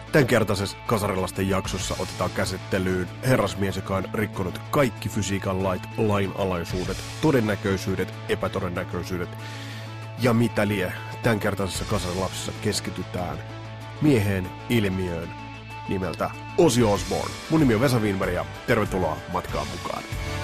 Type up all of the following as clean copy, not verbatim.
Tämänkertaisessa Kasarilasten jaksossa otetaan käsittelyyn herrasmies, joka on rikkonut kaikki fysiikan lait, lainalaisuudet, todennäköisyydet, epätodennäköisyydet ja mitä lie. Tämänkertaisessa Kasarilapsissa keskitytään mieheen ilmiöön nimeltä Ozzy Osbourne. Mun nimi on Vesa Wienberg ja tervetuloa matkaan mukaan.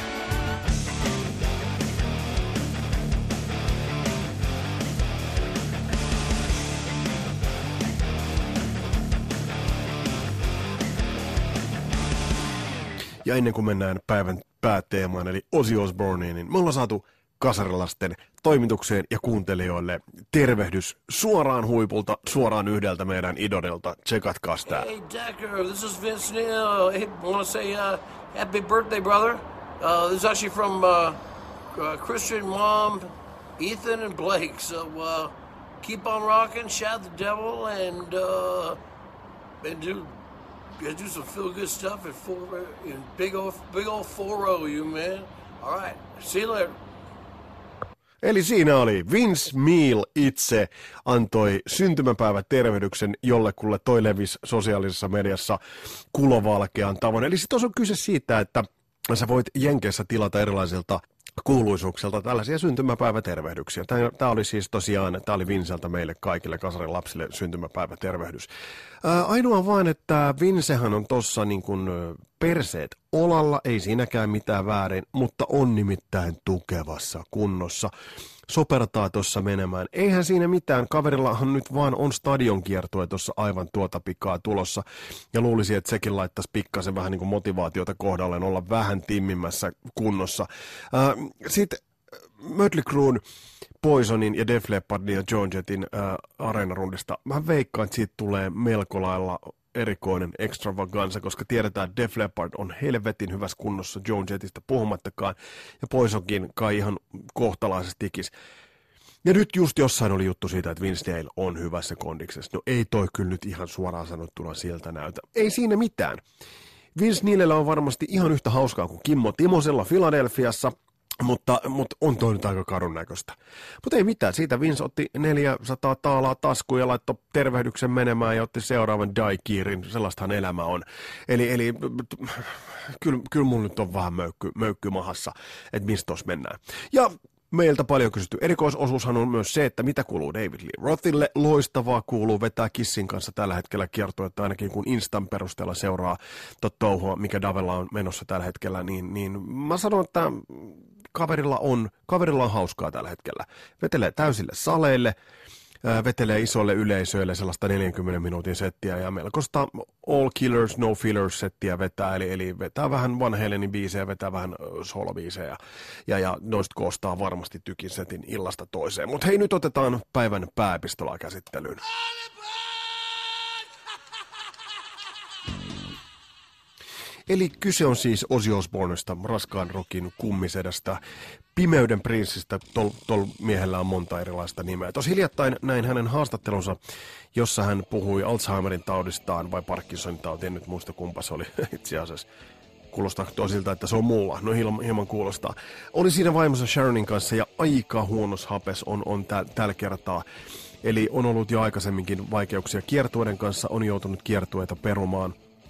Ja ennen kuin mennään päivän pääteemaan, eli Ozzy Osbourneen, niin me ollaan saatu Kasarilasten toimitukseen ja kuuntelijoille tervehdys suoraan huipulta, suoraan yhdeltä meidän idolilta. Tsekatkaas tää. Hey Decker, this is Vince Neil. Hey, wanna say happy birthday, brother. This is actually from Christian Mom, Ethan and Blake. So keep on rocking, shout the devil, and do some feel good stuff in big old 4-0, you man. All right, see you later. Eli siinä oli Vince Neil itse antoi syntymäpäivätervehdyksen jollekulle, toi levisi sosiaalisessa mediassa kulovalkean tavoin. Eli sitten on kyse siitä, että sä voit Jenkeissä tilata erilaisilta kuuluisuuksilta tällaisia syntymäpäivätervehdyksiä. Tämä oli siis tosiaan, tämä oli Vinceltä meille kaikille Kasarin lapsille syntymäpäivätervehdys. Ainoa vaan, että Vincehän on tossa niin kuin perseet olalla, ei siinäkään mitään väärin, mutta on nimittäin tukevassa kunnossa. Sopertaa tuossa menemään. Eihän siinä mitään, kaverillahan nyt vaan on stadionkiertue tuossa aivan tuota pikaa tulossa. Ja luulisin, että sekin laittaisi pikkasen vähän niin kuin motivaatiota kohdalleen olla vähän timmimmässä kunnossa. Sitten Mötley Cruen, Poisonin ja Def Leppardin ja Joan Jettin areenarundista. Mä veikkaan, että siitä tulee melko lailla erikoinen extravaganza, koska tiedetään, että Def Leppard on helvetin hyvässä kunnossa, Joan Jettistä puhumattakaan, ja Poisonkin kai ihan kohtalaisesti tikis. Ja nyt just jossain oli juttu siitä, että Vince Neil on hyvässä kondiksessa. No ei toi kyllä nyt ihan suoraan sanottuna sieltä näytä. Ei siinä mitään. Vince Neilillä on varmasti ihan yhtä hauskaa kuin Kimmo Timosella Philadelphiassa, mutta on toi nyt aika kadun näköistä. Mutta ei mitään, siitä Vince otti 400 taalaa taskuun ja laittoi tervehdyksen menemään ja otti seuraavan Daikirin, sellaistahan elämä on. Eli kyllä mun nyt on vähän möykky mahassa, että mistä tuossa mennään. Ja meiltä paljon kysytty erikoisosuushan on myös se, että mitä kuuluu David Lee Rothille. Loistavaa kuuluu vetää Kissin kanssa tällä hetkellä kiertuetta, ainakin kun Instan perusteella seuraa touhua, mikä Davella on menossa tällä hetkellä, niin mä sanon, että kaverilla on hauskaa tällä hetkellä. Vetelee täysille saleille, vetelee isoille yleisöille sellaista 40 minuutin settiä ja melkoista all killers, no fillers settiä vetää, eli vetää vähän Van Halenin biisejä, vetää vähän solobiisejä ja noista koostaa varmasti tykin setin illasta toiseen. Mutta hei, nyt otetaan päivän pääepistolaa käsittelyyn. Eli kyse on siis Ozzy Osbournesta, raskaan rockin kummisedästä, pimeyden prinssistä, tol miehellä on monta erilaista nimeä. Tuossa hiljattain näin hänen haastattelunsa, jossa hän puhui Alzheimerin taudistaan vai Parkinsonin tautiin, en nyt muista kumpa se oli itse asiassa. Kuulostaa toisilta, että se on mulla. No hieman kuulostaa. Oli siinä vaimossa Sharonin kanssa ja aika huonos hapes on tällä kertaa. Eli on ollut jo aikaisemminkin vaikeuksia kiertueiden kanssa, on joutunut kiertueita perumaan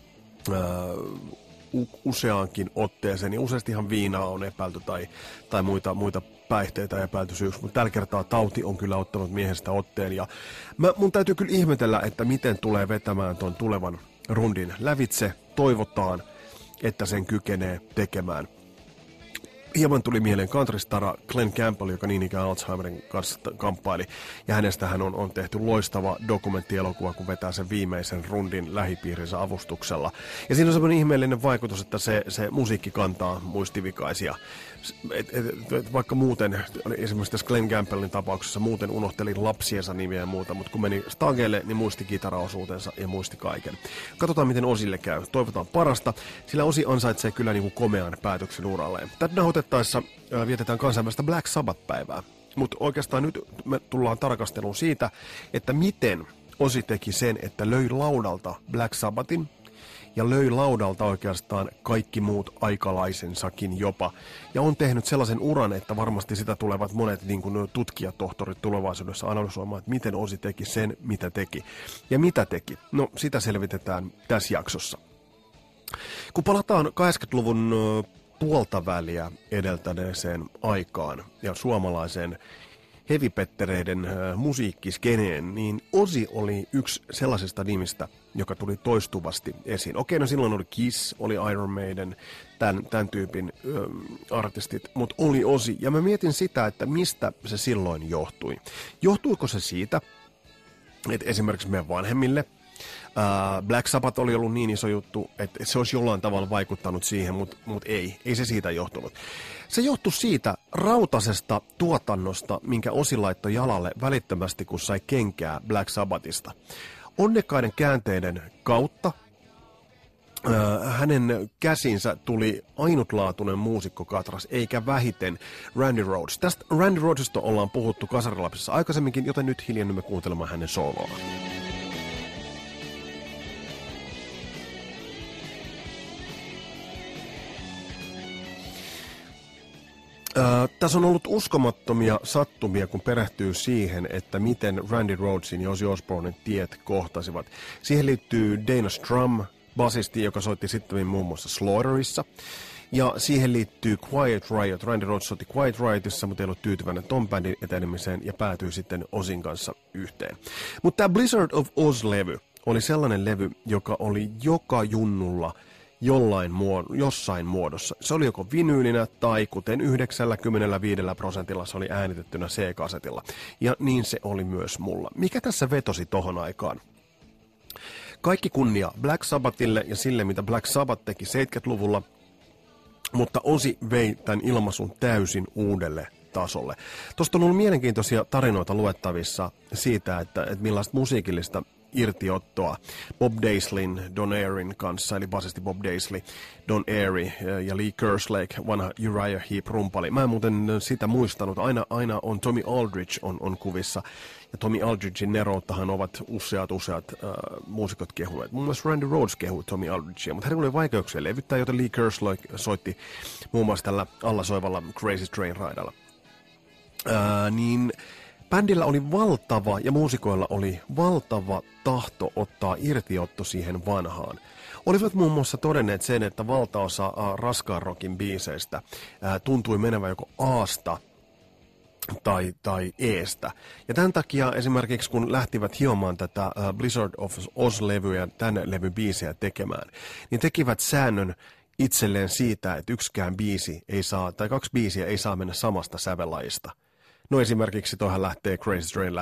useaankin otteeseen, ja useastihan viinaa on epäilty tai muita päihteitä epäilty syyksi, mutta tällä kertaa tauti on kyllä ottanut miehestä otteen, ja mun täytyy kyllä ihmetellä, että miten tulee vetämään ton tulevan rundin lävitse. Toivotaan, että sen kykenee tekemään. Hieman tuli mieleen countrystara Glenn Campbell, joka niin ikään Alzheimerin kanssa kamppaili, ja hänestähän on tehty loistava dokumenttielokuva, kun vetää sen viimeisen rundin lähipiirinsä avustuksella. Ja siinä on semmoinen ihmeellinen vaikutus, että se musiikki kantaa muistivikaisia. Vaikka muuten, esimerkiksi tässä Glenn Campbellin tapauksessa, muuten unohteli lapsiensa nimiä ja muuta, mutta kun meni stagelle, niin muisti kitaraosuutensa ja muisti kaiken. Katsotaan, miten Ozzylle käy. Toivotaan parasta, sillä Ozzy ansaitsee kyllä niin kuin komean päätöksen uralleen. Tätä nauhoitettaessa vietetään kansainvälistä Black Sabbath-päivää, mutta oikeastaan nyt me tullaan tarkasteluun siitä, että miten Ozzy teki sen, että löi laudalta Black Sabbathin ja löi laudalta oikeastaan kaikki muut aikalaisensakin jopa. Ja on tehnyt sellaisen uran, että varmasti sitä tulevat monet niin kuin tutkijatohtorit tulevaisuudessa analysoimaan, että miten Ozzy teki sen, mitä teki. Ja mitä teki? No, sitä selvitetään tässä jaksossa. Kun palataan 80-luvun puoltaväliä edeltäneeseen aikaan ja suomalaiseen hevipettereiden musiikkiskeneen, niin Ozzy oli yksi sellaisista nimistä, joka tuli toistuvasti esiin. Okei, no silloin oli Kiss, oli Iron Maiden, tämän tyypin artistit, mutta oli Ozzy. Ja mä mietin sitä, että mistä se silloin johtui. Johtuiko se siitä, että esimerkiksi meidän vanhemmille Black Sabbath oli ollut niin iso juttu, että se olisi jollain tavalla vaikuttanut siihen, mutta ei se siitä johtunut. Se johtui siitä rautasesta tuotannosta, minkä Ozzy laittoi jalalle välittömästi, kun sai kenkää Black Sabbathista. Onnekkaiden käänteiden kautta hänen käsinsä tuli ainutlaatuinen muusikkokatras, eikä vähiten Randy Rhoads. Tästä Randy Rhoadsista ollaan puhuttu Kasarilapsissa aikaisemminkin, joten nyt hiljennymme kuuntelemaan hänen sooloaan. Tässä on ollut uskomattomia sattumia, kun perehtyy siihen, että miten Randy Rhoadesin ja Ozzy Osbournen tiet kohtasivat. Siihen liittyy Dana Strum, basisti, joka soitti sitten muun muassa Slaughterissa. Ja siihen liittyy Quiet Riot. Randy Rhoads soitti Quiet Riotissa, mutta ei ollut tyytyväinen ton bändin etenemiseen ja päätyi sitten Ozzyn kanssa yhteen. Mutta tämä Blizzard of Oz-levy oli sellainen levy, joka oli joka junnulla jossain muodossa. Se oli joko vinyylinä tai kuten 95% se oli äänitettynä C-kasetilla. Ja niin se oli myös mulla. Mikä tässä vetosi tohon aikaan? Kaikki kunnia Black Sabbathille ja sille, mitä Black Sabbath teki 70-luvulla, mutta Ozzy vei tämän ilmaisun täysin uudelle tasolle. Tuosta on ollut mielenkiintoisia tarinoita luettavissa siitä, että millaista musiikillista irtiottoa Bob Daisleyn, Don Airin kanssa, eli basisti Bob Daisley, Don Airy ja Lee Kerslake, vanha Uriah Heep-rumpali. Mä en muuten sitä muistanut. Aina on Tommy Aldridge on kuvissa. Ja Tommy Aldridgein nerouttahan ovat useat muusikot kehuneet. Muun muassa Randy Rhoads kehui Tommy Aldridgea, mutta hänellä oli vaikeuksia levyttää, joten Lee Kerslake soitti muun muassa tällä allasoivalla Crazy Train-raidalla. Niin bändillä oli valtava, ja muusikoilla oli valtava tahto ottaa irtiotto siihen vanhaan. Olivat muun muassa todenneet sen, että valtaosa raskaan rockin biiseistä tuntui menevän joko A:sta tai E:stä. Ja tämän takia esimerkiksi kun lähtivät hiomaan tätä Blizzard of Oz-levyä, tämän levyn biisejä tekemään, niin tekivät säännön itselleen siitä, että yksikään biisi ei saa, tai 2 biisiä ei saa mennä samasta sävellajista. No esimerkiksi toihan Crazy Train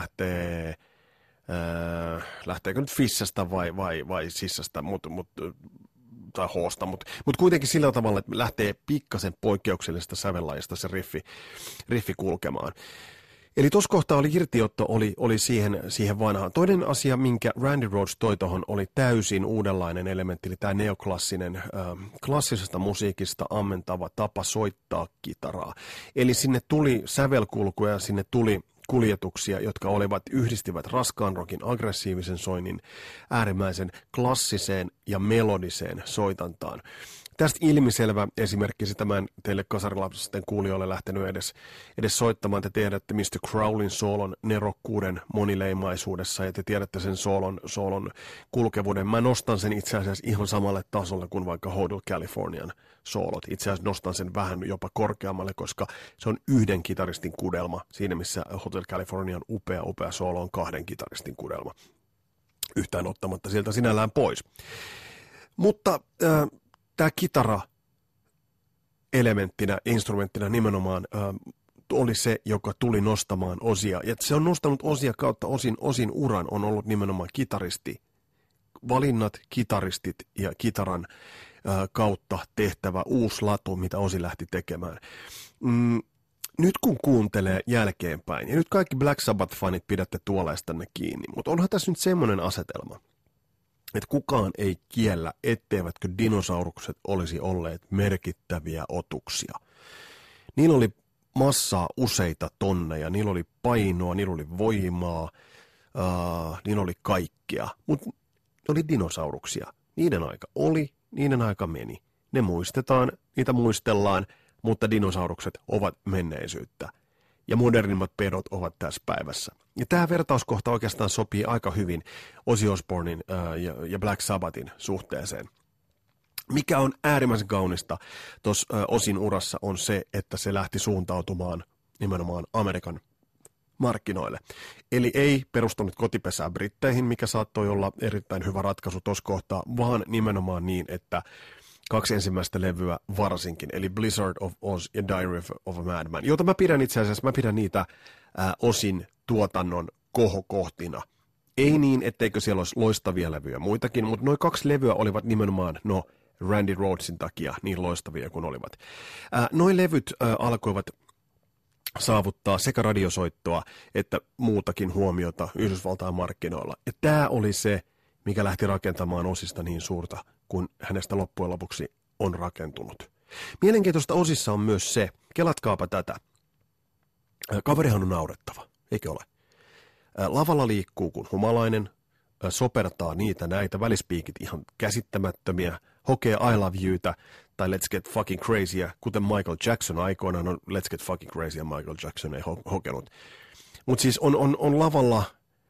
lähteekö nyt Fissasta vai Sissasta, tai Hoosta, mutta kuitenkin sillä tavalla, että lähtee pikkasen poikkeuksellisesta sävellajista se riffi kulkemaan. Eli tuossa kohtaa oli irtiotto oli siihen vanhaan. Toinen asia, minkä Randy Rhoads toi tohon, oli täysin uudenlainen elementti, eli tämä neoklassinen, klassisesta musiikista ammentava tapa soittaa kitaraa. Eli sinne tuli sävelkulkuja, sinne tuli kuljetuksia, jotka yhdistivät raskaan rockin aggressiivisen soinnin äärimmäisen klassiseen ja melodiseen soitantaan. Tästä ilmiselvä esimerkki, sitä mä en teille kasarilapsisten kuulijoille lähtenyt edes soittamaan. Te tiedätte Mr. Crowlin soolon nerokkuuden monileimaisuudessa ja te tiedätte sen soolon kulkevuuden. Mä nostan sen itse asiassa ihan samalle tasolle kuin vaikka Hotel Californian soolot. Itse asiassa nostan sen vähän jopa korkeammalle, koska se on yhden kitaristin kudelma. Siinä missä Hotel Californian upea soolo on 2 kitaristin kudelma. Yhtään ottamatta sieltä sinällään pois. Mutta tämä kitara elementtinä, instrumenttina nimenomaan oli se, joka tuli nostamaan Ozzyä. Ja se on nostanut Ozzyä kautta Ozzyn uran on ollut nimenomaan kitaristi. Valinnat, kitaristit ja kitaran kautta tehtävä uusi latu, mitä Ozzy lähti tekemään. Nyt kun kuuntelee jälkeenpäin, ja nyt kaikki Black Sabbath-fanit pidätte tuollaistanne kiinni, mutta onhan tässä nyt semmoinen asetelma, että kukaan ei kiellä, etteivätkö dinosaurukset olisi olleet merkittäviä otuksia. Niillä oli massaa useita tonneja, niillä oli painoa, niillä oli voimaa, niillä oli kaikkea, mutta ne oli dinosauruksia. Niiden aika oli, niiden aika meni. Ne muistetaan, niitä muistellaan, mutta dinosaurukset ovat menneisyyttä. Ja modernimmat pedot ovat tässä päivässä. Ja tämä vertauskohta oikeastaan sopii aika hyvin Ozzy Osbournen ja Black Sabbathin suhteeseen. Mikä on äärimmäisen kaunista tuossa Ozzyn urassa on se, että se lähti suuntautumaan nimenomaan Amerikan markkinoille. Eli ei perustunut kotipesää Britteihin, mikä saattoi olla erittäin hyvä ratkaisu tuossa kohtaa, vaan nimenomaan niin, että 2 ensimmäistä levyä varsinkin, eli Blizzard of Oz ja Diary of a Madman, jota mä pidän itse asiassa, niitä Ozzyn tuotannon kohokohtina. Ei niin, etteikö siellä olisi loistavia levyjä muitakin, mutta noin 2 levyä olivat nimenomaan, Randy Rhodesin takia niin loistavia kuin olivat. Noi levyt alkoivat saavuttaa sekä radiosoittoa että muutakin huomiota Yhdysvaltain markkinoilla. Ja tämä oli se, mikä lähti rakentamaan Ozzysta niin suurta, kun hänestä loppujen lopuksi on rakentunut. Mielenkiintoista Ozzyssa on myös se, kelatkaapa tätä, kaverihan on naurettava, eikö ole? Lavalla liikkuu kuin humalainen, sopertaa niitä näitä, välispiikit ihan käsittämättömiä, hokee I love youta tai let's get fucking crazyä, kuten Michael Jackson aikoinaan on let's get fucking crazyä, Michael Jackson ei hokenut. Mutta siis on lavalla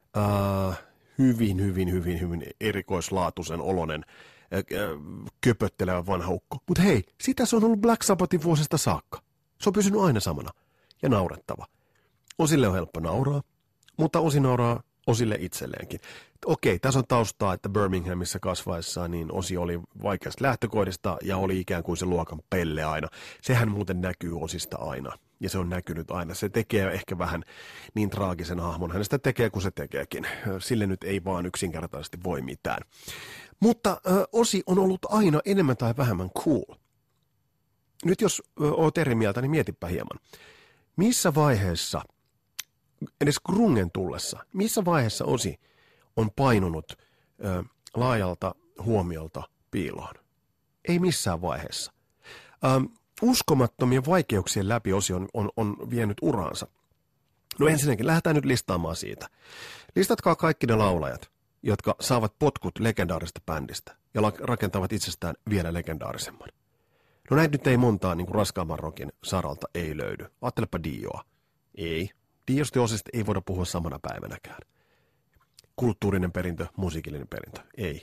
hyvin erikoislaatuisen oloinen, köpöttelevä vanha ukko. Mutta hei, sitä se on ollut Black Sabbathin vuosista saakka. Se on pysynyt aina samana ja naurettava. Ozzylle on helppo nauraa, mutta Ozzy nauraa Ozzylle itselleenkin. Okei, tässä on taustaa, että Birminghamissa kasvaessaan niin Ozzy oli vaikeasta lähtökohdista ja oli ikään kuin se luokan pelle aina. Sehän muuten näkyy Ozzysta aina ja se on näkynyt aina. Se tekee ehkä vähän niin traagisen hahmon. Hänestä tekee kuin se tekeekin. Sille nyt ei vaan yksinkertaisesti voi mitään. Mutta Ozzy on ollut aina enemmän tai vähemmän cool. Nyt jos oot eri mieltä, niin mietipä hieman. Missä vaiheessa, edes grungen tullessa, missä vaiheessa Ozzy on painunut laajalta huomiolta piiloon? Ei missään vaiheessa. Uskomattomien vaikeuksien läpi Ozzy on vienyt uraansa. No ensinnäkin, lähdetään nyt listaamaan siitä. Listatkaa kaikki ne laulajat, jotka saavat potkut legendaarisesta bändistä ja rakentavat itsestään vielä legendaarisemman. No näitä nyt ei montaa niin kuin raskaamman rockin saralta ei löydy. Ajattelepa Dioa. Ei. Diosta ja Ozzysta ei voida puhua samana päivänäkään. Kulttuurinen perintö, musiikillinen perintö.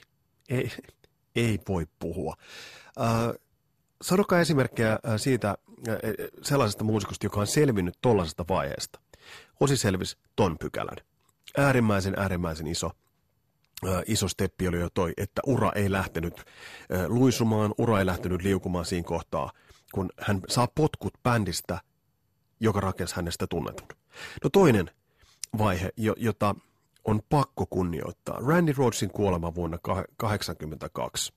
Ei voi puhua. Sanokaa esimerkkejä siitä sellaisesta muusikosta, joka on selvinnyt tollaisesta vaiheesta. Ozzy selvisi ton pykälän. Äärimmäisen iso steppi oli jo toi, että ura ei lähtenyt luisumaan, ura ei lähtenyt liukumaan siinä kohtaa, kun hän saa potkut bändistä, joka rakensi hänestä tunnetun. No toinen vaihe, jota on pakko kunnioittaa. Randy Rhodesin kuolema vuonna 1982.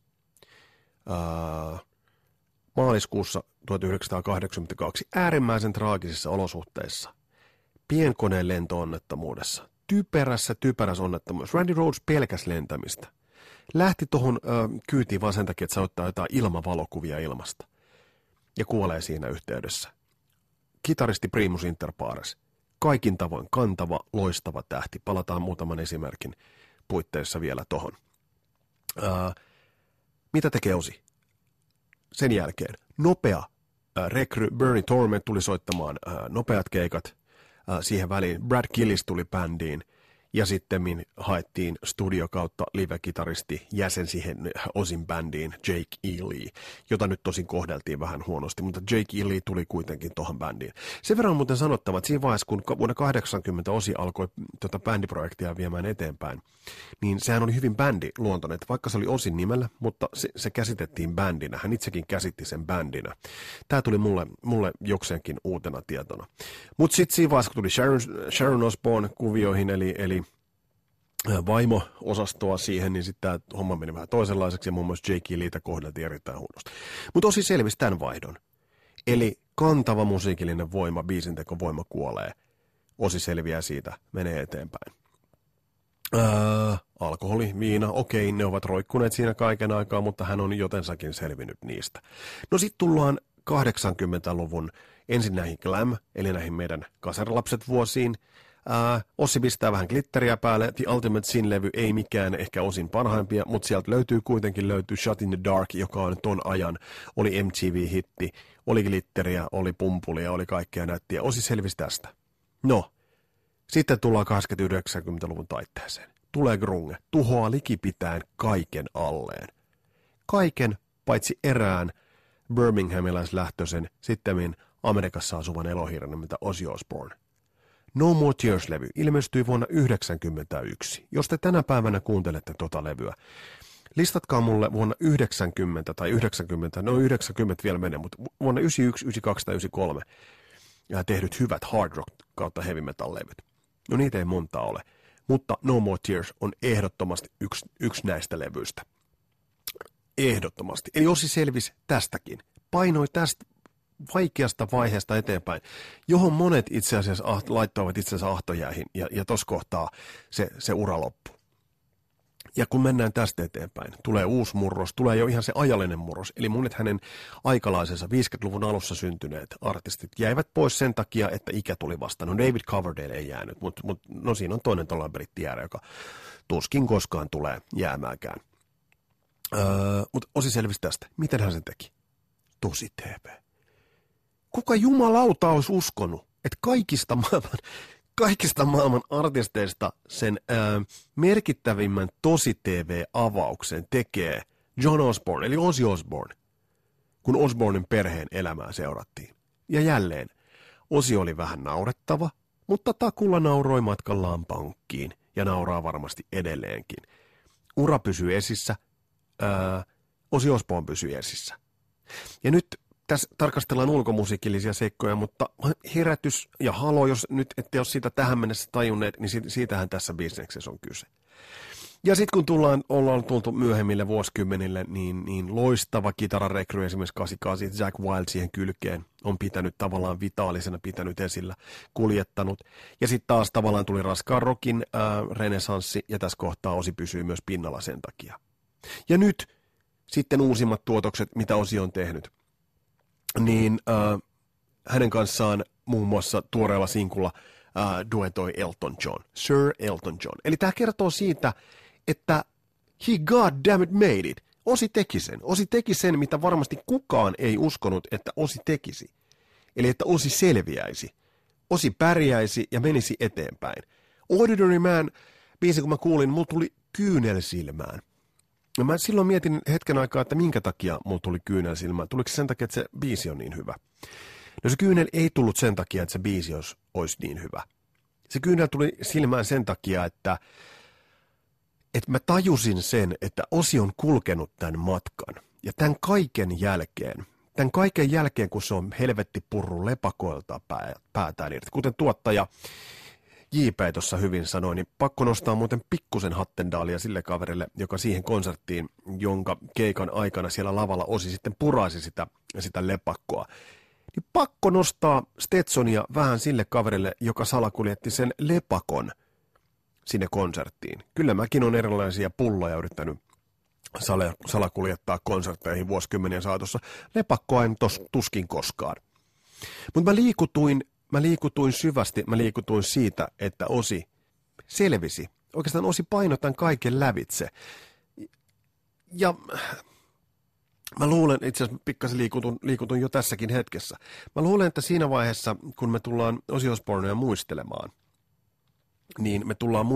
Maaliskuussa 1982 äärimmäisen traagisissa olosuhteissa. Pienkoneen lentoonnettomuudessa. Typerässä onnettomuudessa. Randy Rhodes pelkäsi lentämistä. Lähti tuohon kyytiin vaan sen takia, että se ottaa jotain ilmavalokuvia ilmasta. Ja kuolee siinä yhteydessä. Kitaristi Primus Inter Pares. Kaikin tavoin kantava, loistava tähti. Palataan muutaman esimerkin puitteissa vielä tohon. Mitä tekee Ozzy? Sen jälkeen nopea rekry Bernie Torme tuli soittamaan nopeat keikat. Siihen väliin Brad Gillis tuli bändiin ja sitten haettiin studio kautta live-kitaristi jäsen siihen Ozzyn bändiin Jake E. Lee, jota nyt tosin kohdeltiin vähän huonosti, mutta Jake E. Lee tuli kuitenkin tuohon bändiin. Sen verran on muuten sanottava, että siinä vaiheessa, kun vuonna 1980 Ozzy alkoi bändiprojektia viemään eteenpäin, niin sehän oli hyvin bändiluontoinen, että vaikka se oli Ozzyn nimellä, mutta se käsitettiin bändinä. Hän itsekin käsitti sen bändinä. Tämä tuli mulle jokseenkin uutena tietona. Mutta sitten siinä vaiheessa, kun tuli Sharon Osbourne kuvioihin, eli vaimo-osastoa siihen, niin sitten tämä homma meni vähän toisenlaiseksi ja muun muassa Jake Leetä kohdeltiin erittäin huonosti. Mutta Ozzy selvisi tämän vaihdon. Eli kantava musiikillinen voima, biisintekovoima kuolee. Ozzy selviää siitä, menee eteenpäin. Alkoholi, viina, okei, ne ovat roikkuneet siinä kaiken aikaa, mutta hän on jotensakin selvinnyt niistä. No sitten tullaan 80-luvun ensin näihin glam, eli näihin meidän kasarilapset vuosiin. Ossi pistää vähän glitteriä päälle. The Ultimate Sin-levy ei mikään ehkä osin parhaimpia, mutta sieltä löytyy Shut in the Dark, joka on ton ajan. Oli MTV-hitti, oli glitteriä, oli pumpulia, oli kaikkea nättiä. Ossi selvisi tästä. No, sitten tullaan 80-90-luvun taitteeseen. Tulee grunge, tuhoaa likipitäen kaiken alleen. Kaiken paitsi erään birminghamilaislähtöisen, sittemmin Amerikassa asuvan elohirran, mitä Ozzy Osbourne. No More Tears-levy ilmestyi vuonna 1991. Jos te tänä päivänä kuuntelette tota levyä, listatkaa mulle vuonna 90 tai 90, no 90 vielä menee, mutta vuonna 91, 92 tai 93 tehdyt hyvät hard rock kautta heavy metal levyt. No niitä ei monta ole, mutta No More Tears on ehdottomasti yksi näistä levyistä. Ehdottomasti. Eli Ossi selvisi tästäkin. Painoi tästä vaikeasta vaiheesta eteenpäin, johon monet itse asiassa laittoivat itsensä ahtojäähin, ja tuossa kohtaa se ura loppuu. Ja kun mennään tästä eteenpäin, tulee uusi murros, tulee jo ihan se ajallinen murros, eli monet hänen aikalaisensa 50-luvun alussa syntyneet artistit jäivät pois sen takia, että ikä tuli vastaan. No David Coverdale ei jäänyt, mutta no siinä on toinen tällainen brittijäärä, joka tuskin koskaan tulee jäämäänkään. Mutta Ossi selvisi tästä. Miten hän sen teki? Tosi TV. Kuka jumalauta olisi uskonut, että kaikista maailman artisteista sen merkittävimmän Tosi TV-avauksen tekee John Osbourne, eli Ozzy Osbourne, kun Osbournen perheen elämää seurattiin. Ja jälleen, Ozzy oli vähän naurettava, mutta takulla nauroi matkallaan pankkiin ja nauraa varmasti edelleenkin. Ura pysyy esissä, Ozzy Osbourne pysyy esissä. Ja nyt tässä tarkastellaan ulkomusiikillisia seikkoja, mutta herätys ja halo, jos nyt ette ole sitä tähän mennessä tajunneet, niin siitähän tässä bisneksessä on kyse. Ja sitten kun ollaan tultu myöhemmille vuosikymmenille, niin loistava kitararekry esimerkiksi 88, Jack Wild siihen kylkeen on pitänyt tavallaan vitaalisena, pitänyt esillä, kuljettanut. Ja sitten taas tavallaan tuli raskaan rockin renesanssi, ja tässä kohtaa Ozzy pysyy myös pinnalla sen takia. Ja nyt sitten uusimmat tuotokset, mitä Ozzy on tehnyt. Niin hänen kanssaan muun muassa tuoreella sinkulla duetoi Elton John, Sir Elton John. Eli tämä kertoo siitä, että he goddammit made it. Ozzy teki sen. Ozzy teki sen, mitä varmasti kukaan ei uskonut, että Ozzy tekisi. Eli että Ozzy selviäisi. Ozzy pärjäisi ja menisi eteenpäin. Ordinary Man biisi, kun mä kuulin, mulla tuli kyynel silmään. No mä silloin mietin hetken aikaa, että minkä takia mulla tuli kyynel silmään. Tuliko se sen takia, että se biisi on niin hyvä? No se kyynel ei tullut sen takia, että se biisi olisi niin hyvä. Se kyynel tuli silmään sen takia, että mä tajusin sen, että Ozzy on kulkenut tämän matkan. Ja tämän kaiken jälkeen, kun se on helvetti purru lepakoilta päätään irti, kuten tuottaja J.P. tuossa hyvin sanoi, niin pakko nostaa muuten pikkusen hattendaalia sille kaverille, joka siihen konserttiin, jonka keikan aikana siellä lavalla Ozzy sitten puraisi sitä lepakkoa. Niin pakko nostaa Stetsonia vähän sille kaverille, joka salakuljetti sen lepakon sinne konserttiin. Kyllä mäkin on erilaisia pulloja yrittänyt salakuljettaa konsertteihin vuosikymmenien saatossa. Lepakkoa en tuskin koskaan. Mutta mä liikutuin syvästi, mä liikutuin siitä, että Ozzy selvisi. Oikeastaan Ozzy painoi tämän kaiken lävitse. Ja mä luulen, itse asiassa pikkasen liikutun jo tässäkin hetkessä. Mä luulen, että siinä vaiheessa, kun me tullaan Ozzy Osbournea muistelemaan, niin me tullaan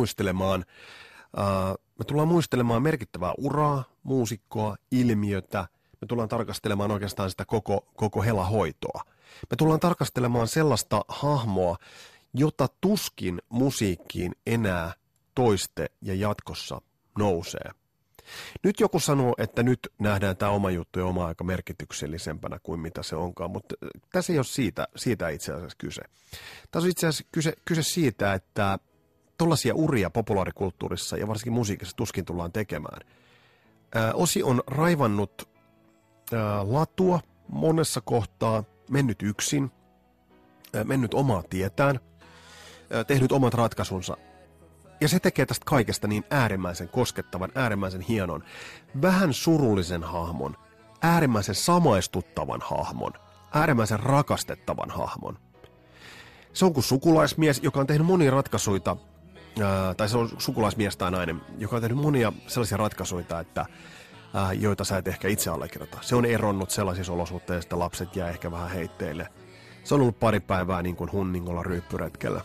muistelemaan merkittävää uraa, muusikkoa, ilmiötä. Me tullaan tarkastelemaan oikeastaan sitä koko helahoitoa. Me tullaan tarkastelemaan sellaista hahmoa, jota tuskin musiikkiin enää toiste ja jatkossa nousee. Nyt joku sanoo, että nyt nähdään tämä oma juttu ja oma aika merkityksellisempänä kuin mitä se onkaan, mutta tässä ei ole siitä itse asiassa kyse. Tässä on itse asiassa kyse siitä, että tollaisia uria populaarikulttuurissa ja varsinkin musiikissa tuskin tullaan tekemään. Ozzy on raivannut latua monessa kohtaa, mennyt yksin, mennyt omaa tietään, tehnyt omat ratkaisunsa. Ja se tekee tästä kaikesta niin äärimmäisen koskettavan, äärimmäisen hienon, vähän surullisen hahmon, äärimmäisen samaistuttavan hahmon, äärimmäisen rakastettavan hahmon. Se on kuin sukulaismies, joka on tehnyt monia ratkaisuja, tai se on sukulaismies tai nainen, joka on tehnyt monia sellaisia ratkaisuja, että joita sä et ehkä itse allekirjoita. Se on eronnut sellaisissa olosuhteissa, että lapset jää ehkä vähän heitteille. Se on ollut pari päivää niin kuin hunningolla ryyppyretkellä.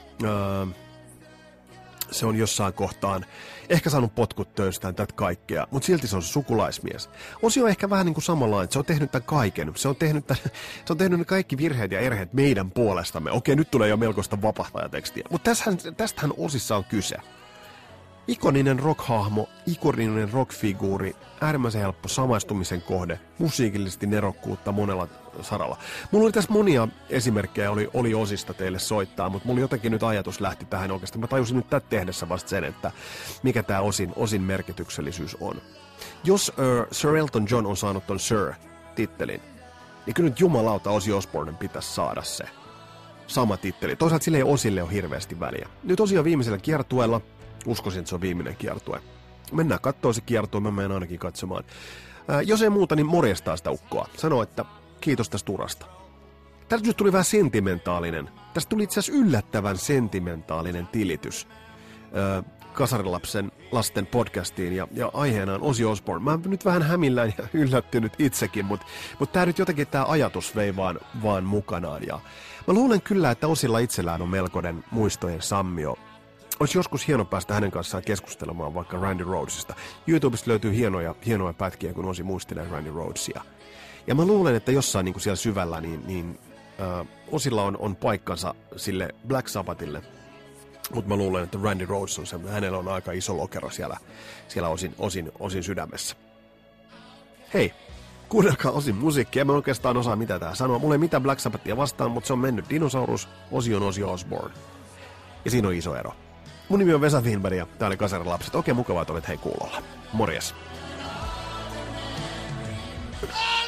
Se on jossain kohtaan ehkä saanut potkut töystään tätä kaikkea, mutta silti se on sukulaismies. Osio on ehkä vähän niin kuin samanlainen, se on tehnyt tämän kaiken. Se on tehnyt ne kaikki virheet ja erheet meidän puolestamme. Okei, nyt tulee jo melkoista vapahtajatekstiä. Mutta tästähän Osissa on kyse. Ikoninen rock-hahmo, ikoninen rock-figuuri, äärimmäisen helppo samaistumisen kohde, musiikillisesti nerokkuutta monella saralla. Mulla oli tässä monia esimerkkejä, oli Osista teille soittaa, mutta mulla jotenkin nyt ajatus lähti tähän oikeastaan. Mä tajusin nyt tätä tehdessä vasta sen, että mikä tämä Osin merkityksellisyys on. Jos Sir Elton John on saanut ton Sir-tittelin, niin kyllä nyt jumalauta Ozzy Osbournen pitäisi saada se sama titteli. Toisaalta sille ei Osille ole hirveästi väliä. Nyt Ozzy on viimeisellä kiertueella. Uskoisin, että se on viimeinen kiertue. Mennään kattoo se kiertue, mä menen ainakin katsomaan. Jos ei muuta, niin morjestaa sitä ukkoa. Sanoo, että kiitos tästä urasta. Tästä nyt tuli vähän sentimentaalinen. Tästä tuli itse asiassa yllättävän sentimentaalinen tilitys Kasarilapsen lasten podcastiin ja aiheena on Ozzy Osbourne. Mä oon nyt vähän hämillään ja yllättynyt itsekin, mutta tää nyt jotenkin tää ajatus vei vaan mukanaan. Ja mä luulen kyllä, että Ozzylla itsellään on melkoinen muistojen sammio. Olisi joskus hieno päästä hänen kanssaan keskustelemaan vaikka Randy Rhodesista. YouTubesta löytyy hienoja pätkiä, kun Ozzy muistelee Randy Rhodesia. Ja mä luulen, että jossain niin kuin siellä syvällä, niin Ozzylla on paikkansa sille Black Sabbathille. Mutta mä luulen, että Randy Rhodes on se, hänellä on aika iso lokero siellä Ozzyn sydämessä. Hei, kuunnelkaa Ozzyn musiikkia. Mä oikeastaan osaa mitä tää sanoo. Mulla ei mitään Black Sabbathia vastaan, mutta se on mennyt dinosaurus. Ozzy on Ozzy Osbourne. Ja siinä on iso ero. Mun nimi on Vesa Wihlberg ja tää oli Kasarilapset. Oikein mukavaa, että olet hei kuulolla. Morjes.